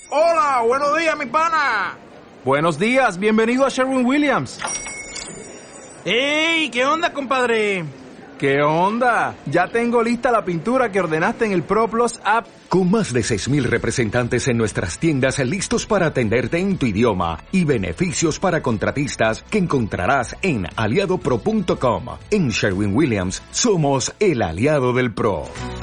Hola, buenos días, mi pana. Buenos días, bienvenido a Sherwin-Williams. ¡Ey! ¿Qué onda, compadre? ¿Qué onda? Ya tengo lista la pintura que ordenaste en el ProPlus app. Con más de 6,000 representantes en nuestras tiendas listos para atenderte en tu idioma y beneficios para contratistas que encontrarás en aliadopro.com. En Sherwin-Williams somos el aliado del pro.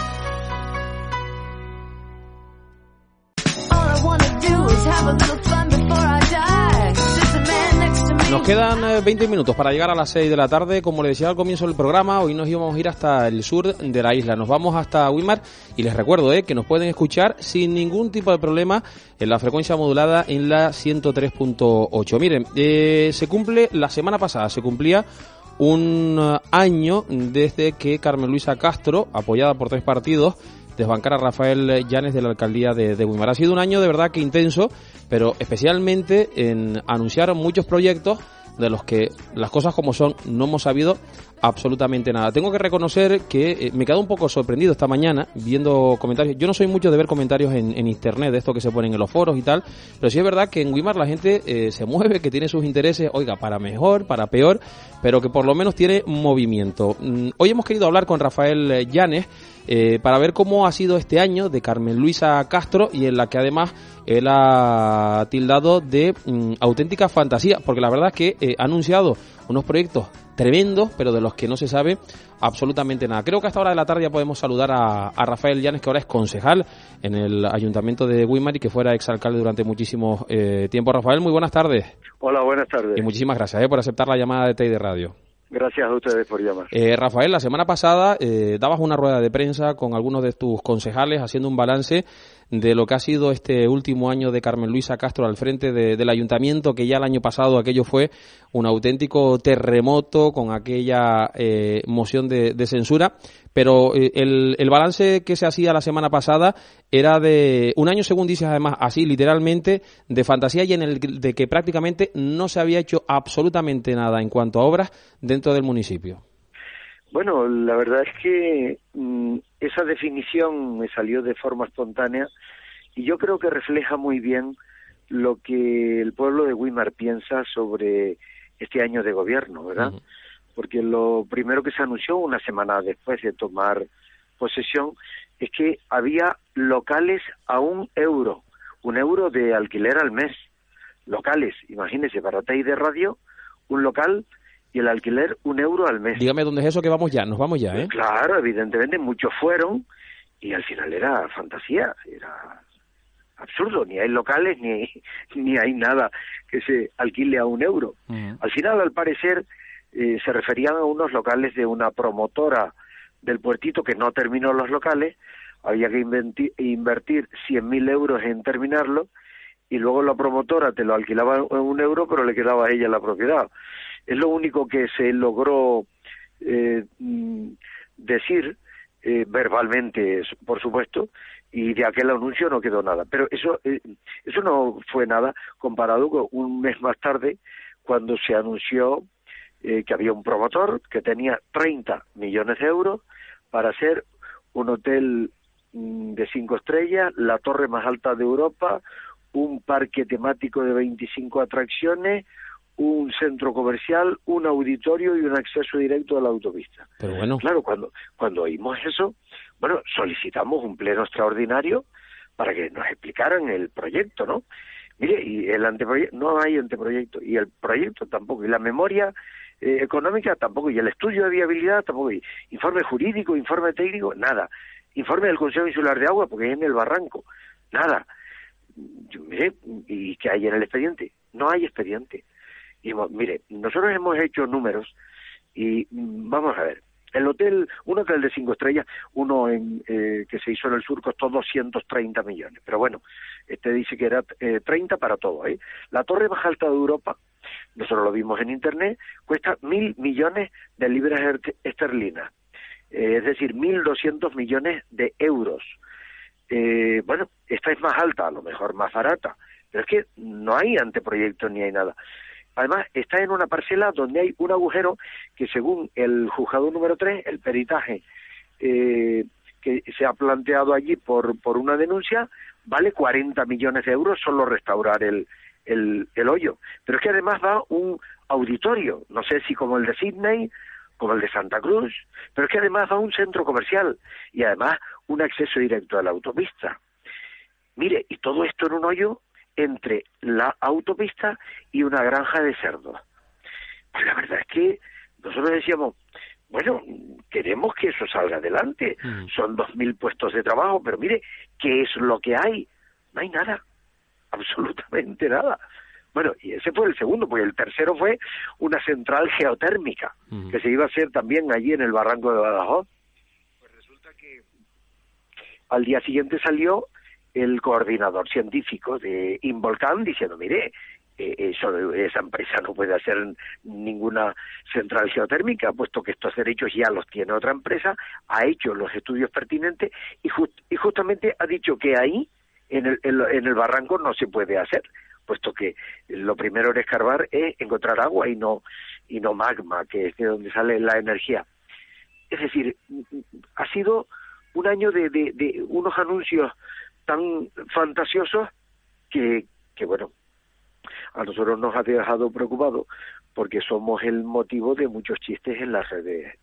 Nos quedan 20 minutos para llegar a las 6 de la tarde. Como les decía al comienzo del programa, hoy nos íbamos a ir hasta el sur de la isla. Nos vamos hasta Güímar y les recuerdo que nos pueden escuchar sin ningún tipo de problema en la frecuencia modulada en la 103.8. Miren, se cumple, la semana pasada se cumplía un año desde que Carmen Luisa Castro, apoyada por 3 partidos, desbancar a Rafael Llanes de la alcaldía de Güímar. Ha sido un año de verdad que intenso, pero especialmente en anunciar muchos proyectos de los que las cosas como son no hemos sabido absolutamente nada. Tengo que reconocer que me he quedado un poco sorprendido esta mañana viendo comentarios. Yo no soy mucho de ver comentarios en internet, de esto que se ponen en los foros y tal, pero sí es verdad que en Güímar la gente se mueve, que tiene sus intereses, oiga, para mejor, para peor, pero que por lo menos tiene movimiento. Hoy hemos querido hablar con Rafael Llanes para ver cómo ha sido este año de Carmen Luisa Castro, y en la que además él ha tildado de auténtica fantasía, porque la verdad es que ha anunciado unos proyectos tremendos, pero de los que no se sabe absolutamente nada. Creo que a esta hora de la tarde ya podemos saludar a Rafael Llanes, que ahora es concejal en el Ayuntamiento de Güímar y que fuera exalcalde durante muchísimo tiempo. Rafael, muy buenas tardes. Hola, buenas tardes. Y muchísimas gracias por aceptar la llamada de TEI Radio. Gracias a ustedes por llamar. Rafael, la semana pasada dabas una rueda de prensa con algunos de tus concejales haciendo un balance de lo que ha sido este último año de Carmen Luisa Castro al frente del ayuntamiento, que ya el año pasado aquello fue un auténtico terremoto con aquella moción de censura, pero el balance que se hacía la semana pasada era de un año, según dices además, así literalmente, de fantasía, y en el de que prácticamente no se había hecho absolutamente nada en cuanto a obras dentro del municipio. Bueno, la verdad es que esa definición me salió de forma espontánea y yo creo que refleja muy bien lo que el pueblo de Güímar piensa sobre este año de gobierno, ¿verdad? Uh-huh. Porque lo primero que se anunció una semana después de tomar posesión es que había locales a €1 de alquiler al mes. Locales, imagínese, para TEI de Radio, un local y el alquiler €1 al mes. Dígame dónde es eso, que vamos ya, nos vamos ya, ¿eh? Claro, evidentemente muchos fueron y al final era fantasía, era absurdo, ni hay locales ni hay nada que se alquile a €1. Uh-huh. Al final, al parecer, se referían a unos locales de una promotora del puertito que no terminó los locales, había que invertir 100.000 euros en terminarlo y luego la promotora te lo alquilaba a €1, pero le quedaba a ella la propiedad. Es lo único que se logró decir verbalmente, por supuesto, y de aquel anuncio no quedó nada. Pero eso no fue nada comparado con un mes más tarde, cuando se anunció que había un promotor que tenía 30 millones de euros para hacer un hotel de 5 estrellas, la torre más alta de Europa, un parque temático de 25 atracciones, un centro comercial, un auditorio y un acceso directo a la autopista. Pero bueno, claro, cuando oímos eso, bueno, solicitamos un pleno extraordinario para que nos explicaran el proyecto, ¿no? Mire, y el anteproyecto, no hay anteproyecto, y el proyecto tampoco, y la memoria económica tampoco, y el estudio de viabilidad tampoco, y informe jurídico, informe técnico, nada. Informe del Consejo Insular de Agua, porque es en el barranco, nada. Mire, ¿y qué hay en el expediente? No hay expediente. Y mire, nosotros hemos hecho números y vamos a ver, un hotel de 5 estrellas, uno que se hizo en el sur costó 230 millones, pero bueno, dice que era 30 para todo, ¿eh? La torre más alta de Europa, nosotros lo vimos en internet, cuesta 1.000 millones de libras esterlinas, es decir, 1.200 millones de euros. Bueno, esta es más alta, a lo mejor más barata, pero es que no hay anteproyecto ni hay nada. Además, está en una parcela donde hay un agujero que, según el juzgado número 3, el peritaje que se ha planteado allí por una denuncia, vale 40 millones de euros solo restaurar el hoyo. Pero es que además va un auditorio, no sé si como el de Sydney, como el de Santa Cruz, pero es que además va un centro comercial y además un acceso directo a la autopista. Mire, y todo esto en un hoyo entre la autopista y una granja de cerdos. Pues la verdad es que nosotros decíamos, bueno, queremos que eso salga adelante, son 2.000 puestos de trabajo, pero mire, ¿qué es lo que hay? No hay nada, absolutamente nada. Bueno, y ese fue el segundo, pues el tercero fue una central geotérmica, que se iba a hacer también allí en el barranco de Badajoz. Pues resulta que al día siguiente salió el coordinador científico de Involcan diciendo, mire, esa empresa no puede hacer ninguna central geotérmica, puesto que estos derechos ya los tiene otra empresa, ha hecho los estudios pertinentes y justamente ha dicho que ahí, en el barranco, no se puede hacer, puesto que lo primero en escarbar es encontrar agua y no magma, que es de donde sale la energía. Es decir, ha sido un año de unos anuncios tan fantasiosos que bueno, a nosotros nos ha dejado preocupados porque somos el motivo de muchos chistes en las redes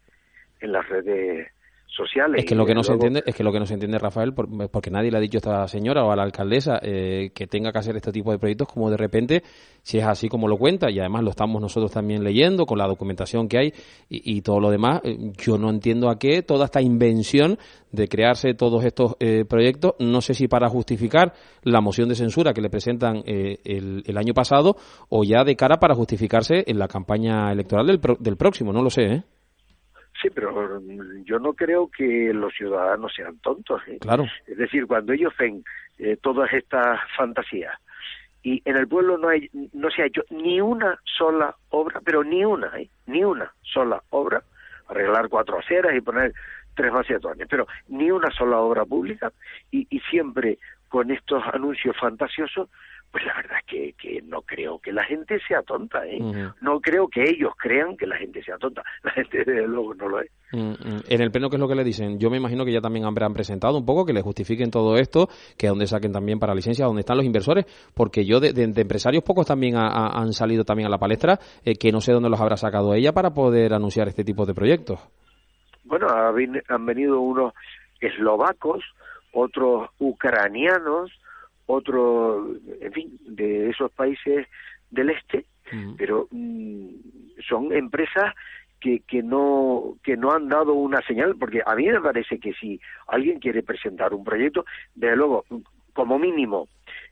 sociales. Es que lo que no se entiende, Rafael, porque nadie le ha dicho a esta señora o a la alcaldesa que tenga que hacer este tipo de proyectos, como de repente, si es así como lo cuenta, y además lo estamos nosotros también leyendo con la documentación que hay y todo lo demás, yo no entiendo a qué toda esta invención de crearse todos estos proyectos, no sé si para justificar la moción de censura que le presentan el año pasado o ya de cara para justificarse en la campaña electoral del próximo, no lo sé, ¿eh? Sí, pero yo no creo que los ciudadanos sean tontos, ¿eh? Claro. Es decir, cuando ellos ven todas estas fantasías y en el pueblo no se ha hecho ni una sola obra, pero ni una sola obra, arreglar 4 aceras y poner 3 macetones, pero ni una sola obra pública y siempre con estos anuncios fantasiosos, pues la verdad es que no creo que la gente sea tonta, ¿eh? No creo que ellos crean que la gente sea tonta. La gente, desde luego, no lo es. En el pleno, ¿qué es lo que le dicen? Yo me imagino que ya también habrán presentado un poco, que le justifiquen todo esto, que donde saquen también para licencias, donde están los inversores, porque yo de empresarios pocos también han salido también a la palestra, que no sé dónde los habrá sacado ella para poder anunciar este tipo de proyectos. Bueno, han venido unos eslovacos, otros ucranianos, otros, en fin, de esos países del este, pero son empresas que no han dado una señal, porque a mí me parece que si alguien quiere presentar un proyecto, desde luego, como mínimo,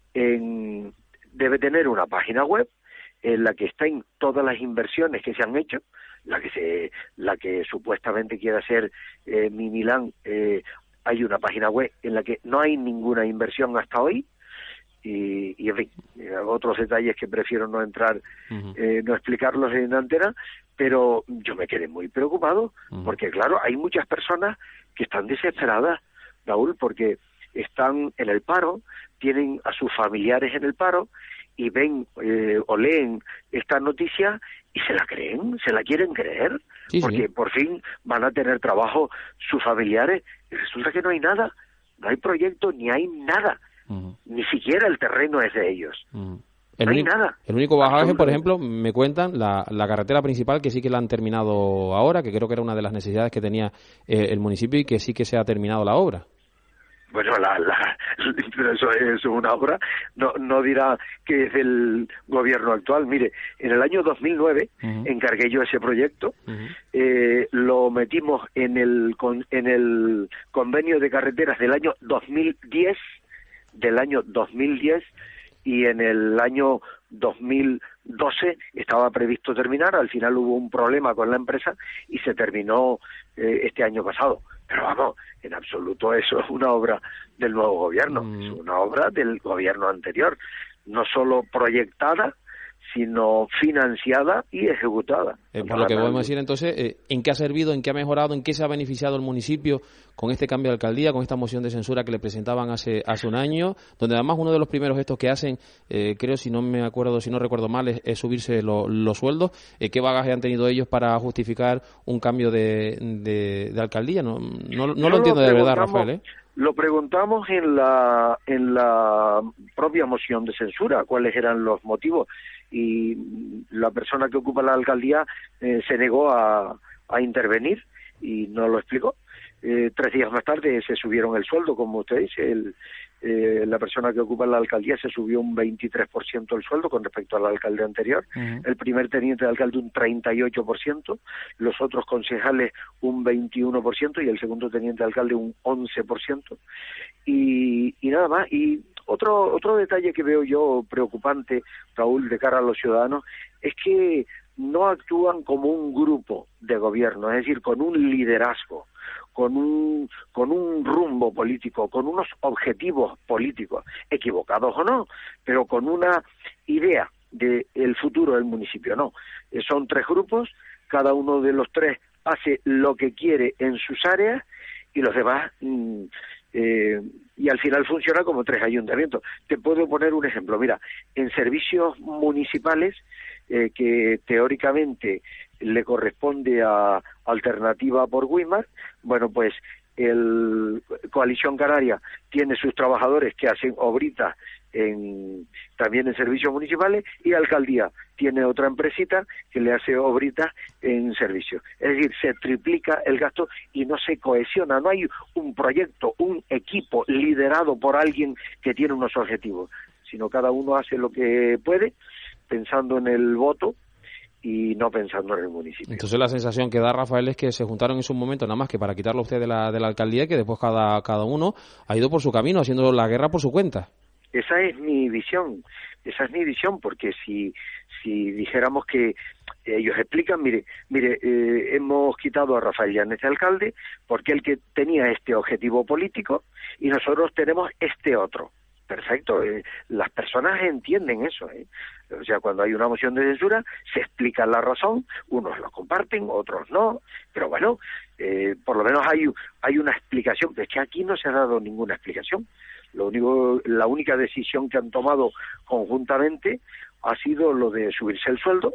debe tener una página web en la que estén todas las inversiones que se han hecho, la que supuestamente quiere hacer Mimilán, hay una página web en la que no hay ninguna inversión hasta hoy, y en fin, otros detalles que prefiero no entrar, no explicarlos en antena, pero yo me quedé muy preocupado, porque claro, hay muchas personas que están desesperadas, Raúl, porque están en el paro, tienen a sus familiares en el paro, y ven o leen esta noticia y se la creen, se la quieren creer, porque por fin van a tener trabajo sus familiares, y resulta que no hay nada, no hay proyecto, ni hay nada. Ni siquiera el terreno es de ellos. No hay nada. El único bajaje, por ejemplo, me cuentan, la carretera principal, que sí que la han terminado ahora, que creo que era una de las necesidades que tenía el municipio y que sí que se ha terminado la obra. Bueno, pero eso es una obra, no dirá que es del gobierno actual. Mire, en el año 2009 encargué yo ese proyecto, lo metimos en el convenio de carreteras del año 2010, y en el año 2012 estaba previsto terminar, al final hubo un problema con la empresa y se terminó este año pasado. Pero vamos, en absoluto eso es una obra del nuevo gobierno, es una obra del gobierno anterior, no solo proyectada, sino financiada y ejecutada. Por lo que podemos decir entonces, ¿en qué ha servido, en qué ha mejorado, en qué se ha beneficiado el municipio con este cambio de alcaldía, con esta moción de censura que le presentaban hace un año, donde además uno de los primeros gestos que hacen, creo, si no recuerdo mal, es subirse los sueldos? ¿Qué bagaje han tenido ellos para justificar un cambio de alcaldía? No lo entiendo de verdad, Rafael, ¿eh? Lo preguntamos en la propia moción de censura, cuáles eran los motivos, y la persona que ocupa la alcaldía se negó a intervenir y no lo explicó. 3 días más tarde se subieron el sueldo, como usted dice, la persona que ocupa la alcaldía se subió un 23% el sueldo con respecto al alcalde anterior, el primer teniente de alcalde un 38%, los otros concejales un 21% y el segundo teniente de alcalde un 11%, y nada más. Y otro detalle que veo yo preocupante, Raúl, de cara a los ciudadanos, es que no actúan como un grupo de gobierno, es decir, con un liderazgo, con un rumbo político, con unos objetivos políticos, equivocados o no, pero con una idea del futuro del municipio, no. Son 3 grupos, cada uno de los 3 hace lo que quiere en sus áreas y los demás, y al final funciona como 3 ayuntamientos. Te puedo poner un ejemplo, mira, en servicios municipales, que teóricamente le corresponde a Alternativa por Weimar, bueno, pues el Coalición Canaria tiene sus trabajadores que hacen obritas también en servicios municipales, y Alcaldía tiene otra empresita que le hace obritas en servicios. Es decir, se triplica el gasto y no se cohesiona, no hay un proyecto, un equipo liderado por alguien que tiene unos objetivos, sino cada uno hace lo que puede, pensando en el voto y no pensando en el municipio. Entonces la sensación que da, Rafael, es que se juntaron en su momento nada más que para quitarlo a usted de la alcaldía, y que después cada uno ha ido por su camino, haciendo la guerra por su cuenta. Esa es mi visión, porque si dijéramos que ellos explican, mire, hemos quitado a Rafael Llanes de alcalde porque él que tenía este objetivo político y nosotros tenemos este otro. Perfecto, las personas entienden eso, O sea, cuando hay una moción de censura se explica la razón, unos lo comparten, otros no, pero bueno, por lo menos hay una explicación, pero es que aquí no se ha dado ninguna explicación. La única decisión que han tomado conjuntamente ha sido lo de subirse el sueldo,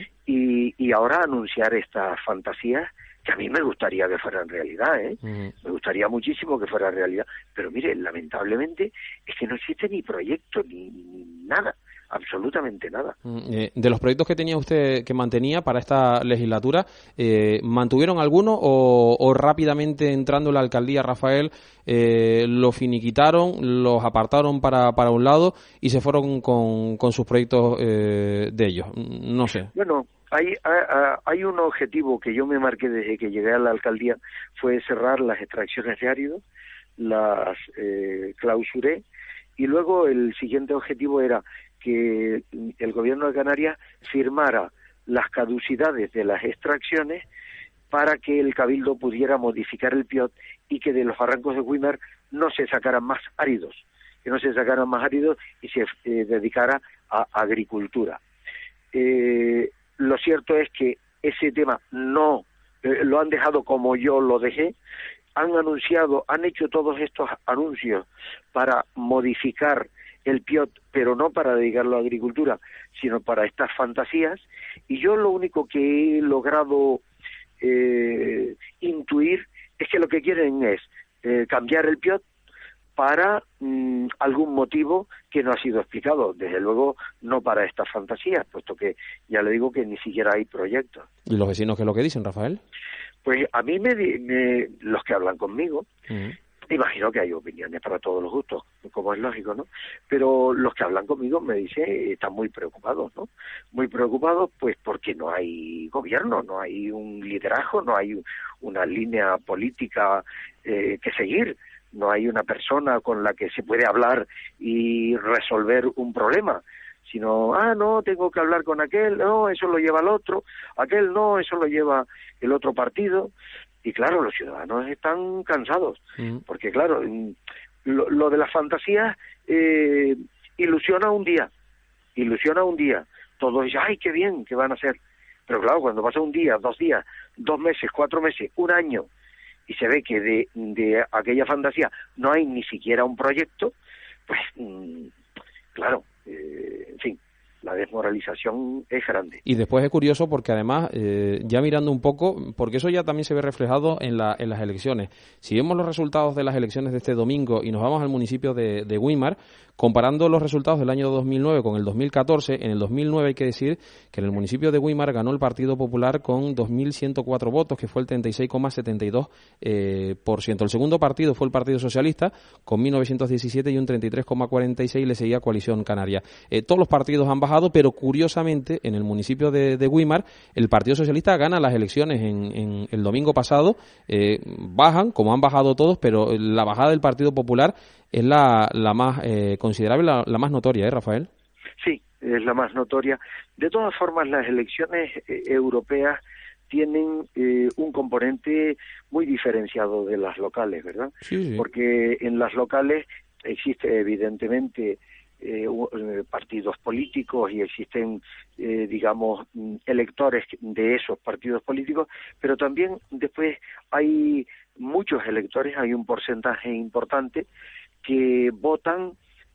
y ahora anunciar estas fantasías que a mí me gustaría que fueran realidad, me gustaría muchísimo que fuera realidad, pero mire, lamentablemente es que no existe ni proyecto ni nada, absolutamente nada. De los proyectos que tenía usted, que mantenía para esta legislatura, ¿mantuvieron alguno o rápidamente entrando en la alcaldía, Rafael, lo finiquitaron, los apartaron para un lado y se fueron con sus proyectos de ellos? No sé. Bueno, hay un objetivo que yo me marqué desde que llegué a la alcaldía, fue cerrar las extracciones de áridos, las clausuré, y luego el siguiente objetivo era que el gobierno de Canarias firmara las caducidades de las extracciones para que el Cabildo pudiera modificar el PIOT y que de los barrancos de Weimar no se sacaran más áridos, y se dedicara a agricultura. Lo cierto es que ese tema no lo han dejado como yo lo dejé. Han hecho todos estos anuncios para modificar el PIOT, pero no para dedicarlo a agricultura, sino para estas fantasías, y yo lo único que he logrado intuir es que lo que quieren es cambiar el PIOT para algún motivo que no ha sido explicado, desde luego no para estas fantasías, puesto que ya le digo que ni siquiera hay proyectos. ¿Y los vecinos qué es lo que dicen, Rafael? Pues a mí los que hablan conmigo, imagino que hay opiniones para todos los gustos, como es lógico, ¿no? Pero los que hablan conmigo me dicen, están muy preocupados, ¿no? Muy preocupados, pues porque no hay gobierno, no hay un liderazgo, no hay una línea política que seguir, no hay una persona con la que se puede hablar y resolver un problema, sino, no, tengo que hablar con aquel, no, eso lo lleva el otro, aquel no, eso lo lleva el otro partido. Y claro, los ciudadanos están cansados, porque claro, lo de las fantasías ilusiona un día, todos dicen, ¡ay, qué bien, qué van a hacer! Pero claro, cuando pasa un día, 2 días, 2 meses, 4 meses, 1 año, y se ve que de aquella fantasía no hay ni siquiera un proyecto, pues claro, en fin, la desmoralización es grande. Y después es curioso porque además, ya mirando un poco, porque eso ya también se ve reflejado en las elecciones. Si vemos los resultados de las elecciones de este domingo y nos vamos al municipio de Güímar, comparando los resultados del año 2009 con el 2014, en el 2009 hay que decir que en el municipio de Güímar ganó el Partido Popular con 2.104 votos, que fue el 36,72%. El segundo partido fue el Partido Socialista, con 1.917 y un 33,46%, le seguía Coalición Canaria. Todos los partidos han bajado, pero curiosamente en el municipio de Güímar el Partido Socialista gana las elecciones en el domingo pasado. Bajan, como han bajado todos, pero la bajada del Partido Popular es la más considerable, la más notoria, Rafael. Sí, es la más notoria. De todas formas, las elecciones europeas tienen un componente muy diferenciado de las locales, ¿verdad? Sí. Porque en las locales existe evidentemente partidos políticos y existen, digamos, electores de esos partidos políticos, pero también después hay muchos electores, hay un porcentaje importante que votan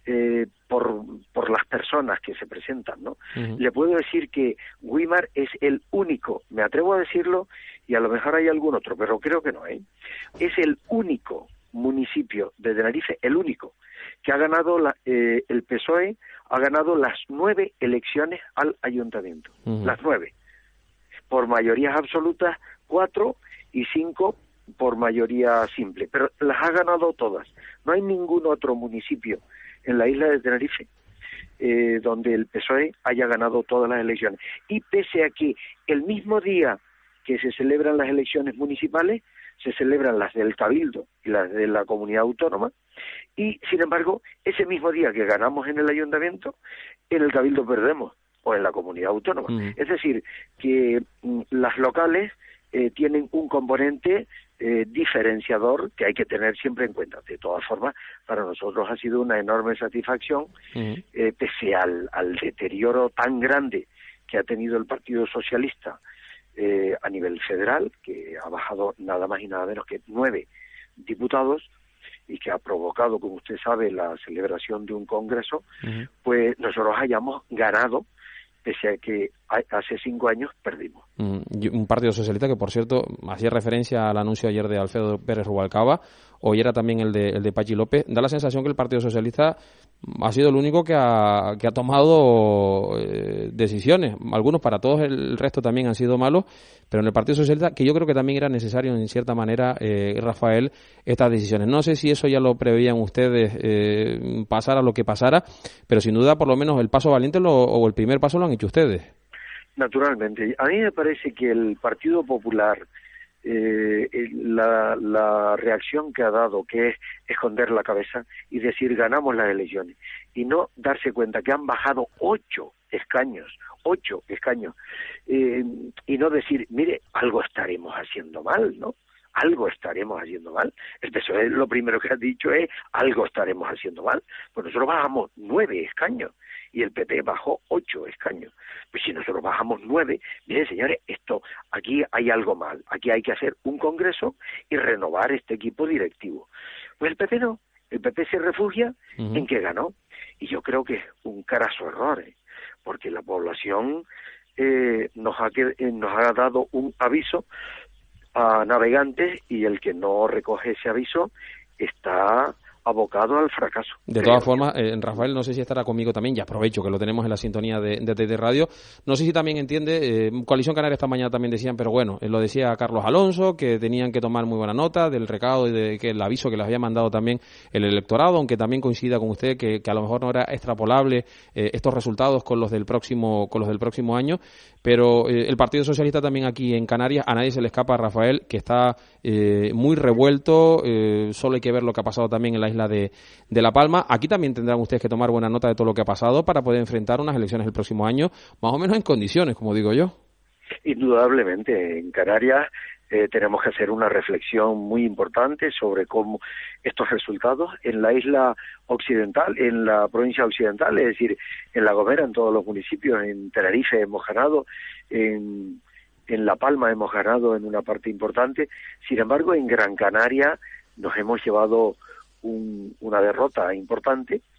por las personas que se presentan, ¿no? Uh-huh. Le puedo decir que Güímar es el único, me atrevo a decirlo, y a lo mejor hay algún otro, pero creo que no, es el único municipio de Tenerife, el único, que ha ganado el PSOE, ha ganado las 9 elecciones al ayuntamiento, uh-huh. Las 9, por mayorías absolutas 4 y 5 por mayoría simple, pero las ha ganado todas. No hay ningún otro municipio en la isla de Tenerife donde el PSOE haya ganado todas las elecciones. Y pese a que el mismo día que se celebran las elecciones municipales, se celebran las del Cabildo y las de la comunidad autónoma, y sin embargo, ese mismo día que ganamos en el ayuntamiento, en el Cabildo perdemos, o en la comunidad autónoma. Uh-huh. Es decir, que las locales tienen un componente diferenciador que hay que tener siempre en cuenta. De todas formas, para nosotros ha sido una enorme satisfacción, uh-huh. Pese al deterioro tan grande que ha tenido el Partido Socialista a nivel federal, que ha bajado nada más y nada menos que 9 diputados, y que ha provocado, como usted sabe, la celebración de un congreso, uh-huh. Pues nosotros hayamos ganado, pese a que hace 5 años perdimos. Un Partido Socialista que, por cierto, hacía referencia al anuncio ayer de Alfredo Pérez Rubalcaba, hoy era también el de Pachi López. Da la sensación que el Partido Socialista ha sido el único que ha tomado decisiones. Algunos, para todos el resto también han sido malos, pero en el Partido Socialista, que yo creo que también era necesario en cierta manera, Rafael, estas decisiones. No sé si eso ya lo preveían ustedes, pasara lo que pasara, pero sin duda por lo menos el paso valiente o el primer paso lo han hecho ustedes. Naturalmente. A mí me parece que el Partido Popular, la reacción que ha dado, que es esconder la cabeza y decir ganamos las elecciones, y no darse cuenta que han bajado 8 escaños, y no decir, mire, algo estaremos haciendo mal, ¿no? Algo estaremos haciendo mal. El PSOE lo primero que ha dicho es, algo estaremos haciendo mal. Pues nosotros bajamos 9 escaños y el PP bajó 8 escaños. Pues si nosotros bajamos 9, miren señores, aquí hay algo mal. Aquí hay que hacer un congreso y renovar este equipo directivo. Pues el PP no. El PP se refugia uh-huh. en que ganó. Y yo creo que es un craso error, porque la población nos ha dado un aviso a navegantes, y el que no recoge ese aviso está abocado al fracaso. De todas formas, Rafael, no sé si estará conmigo también, y aprovecho que lo tenemos en la sintonía de TT Radio, no sé si también entiende, Coalición Canaria esta mañana también decían, pero bueno, lo decía Carlos Alonso, que tenían que tomar muy buena nota del recado y de que el aviso que les había mandado también el electorado, aunque también coincida con usted que a lo mejor no era extrapolable estos resultados con los del próximo año, pero el Partido Socialista también aquí en Canarias, a nadie se le escapa, Rafael, que está muy revuelto, solo hay que ver lo que ha pasado también en la isla de La Palma. Aquí también tendrán ustedes que tomar buena nota de todo lo que ha pasado para poder enfrentar unas elecciones el próximo año, más o menos en condiciones, como digo yo. Indudablemente, en Canarias tenemos que hacer una reflexión muy importante sobre cómo estos resultados en la isla occidental, en la provincia occidental, es decir, en La Gomera, en todos los municipios, en Tenerife hemos ganado, en La Palma hemos ganado en una parte importante. Sin embargo, en Gran Canaria nos hemos llevado una derrota importante,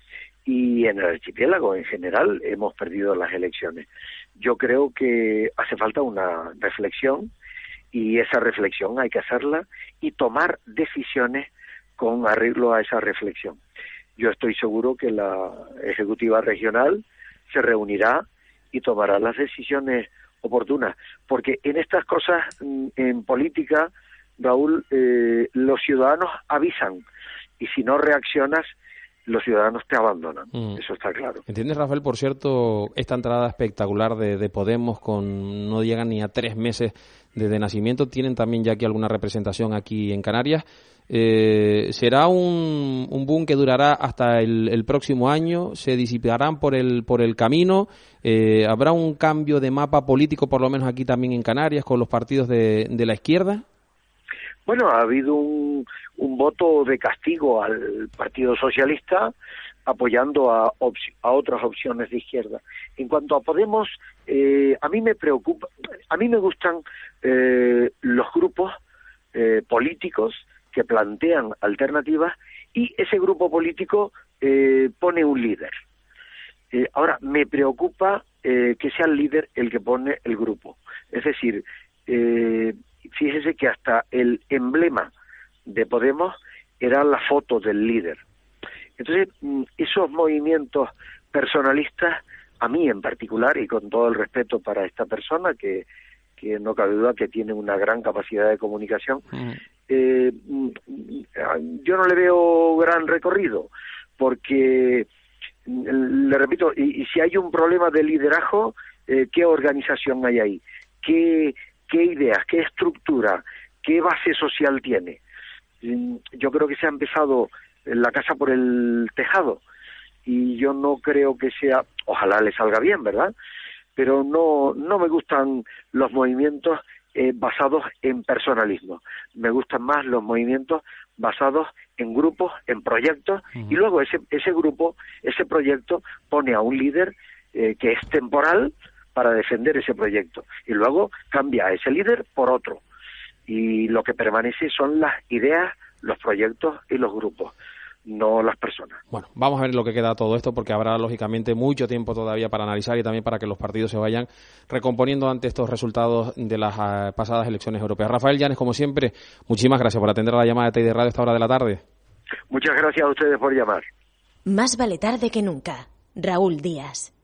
y en el archipiélago en general hemos perdido las elecciones. Yo creo que hace falta una reflexión, y esa reflexión hay que hacerla y tomar decisiones con arreglo a esa reflexión. Yo estoy seguro que la Ejecutiva Regional se reunirá y tomará las decisiones oportunas, porque en estas cosas, en política, Raúl, los ciudadanos avisan, y si no reaccionas, los ciudadanos te abandonan. Eso está claro. ¿Entiendes, Rafael, por cierto, esta entrada espectacular de Podemos, con no llegan ni a 3 meses desde nacimiento? Tienen también ya aquí alguna representación aquí en Canarias. ¿Será un boom que durará hasta el próximo año? ¿Se disiparán por el camino? ¿Habrá un cambio de mapa político, por lo menos aquí también en Canarias, con los partidos de la izquierda? Bueno, ha habido un voto de castigo al Partido Socialista, apoyando a otras opciones de izquierda. En cuanto a Podemos, a mí me preocupa, a mí me gustan los grupos políticos que plantean alternativas, y ese grupo político pone un líder. Ahora, me preocupa que sea el líder el que pone el grupo. Es decir, fíjese que hasta el emblema de Podemos era la foto del líder. Entonces, esos movimientos personalistas, a mí en particular, y con todo el respeto para esta persona, que no cabe duda que tiene una gran capacidad de comunicación, yo no le veo gran recorrido, porque, le repito, y si hay un problema de liderazgo, ¿qué organización hay ahí? ¿Qué ideas, qué estructura, qué base social tiene? Yo creo que se ha empezado la casa por el tejado, y yo no creo que sea, ojalá le salga bien, ¿verdad? Pero no me gustan los movimientos basados en personalismo. Me gustan más los movimientos basados en grupos, en proyectos, y luego ese grupo, ese proyecto pone a un líder que es temporal para defender ese proyecto, y luego cambia a ese líder por otro, y lo que permanece son las ideas, los proyectos y los grupos, no las personas. Bueno, vamos a ver lo que queda todo esto, porque habrá lógicamente mucho tiempo todavía para analizar, y también para que los partidos se vayan recomponiendo ante estos resultados de las pasadas elecciones europeas. Rafael Llanes, como siempre, muchísimas gracias por atender a la llamada de TEI de Radio a esta hora de la tarde. Muchas gracias a ustedes por llamar. Más vale tarde que nunca. Raúl Díaz.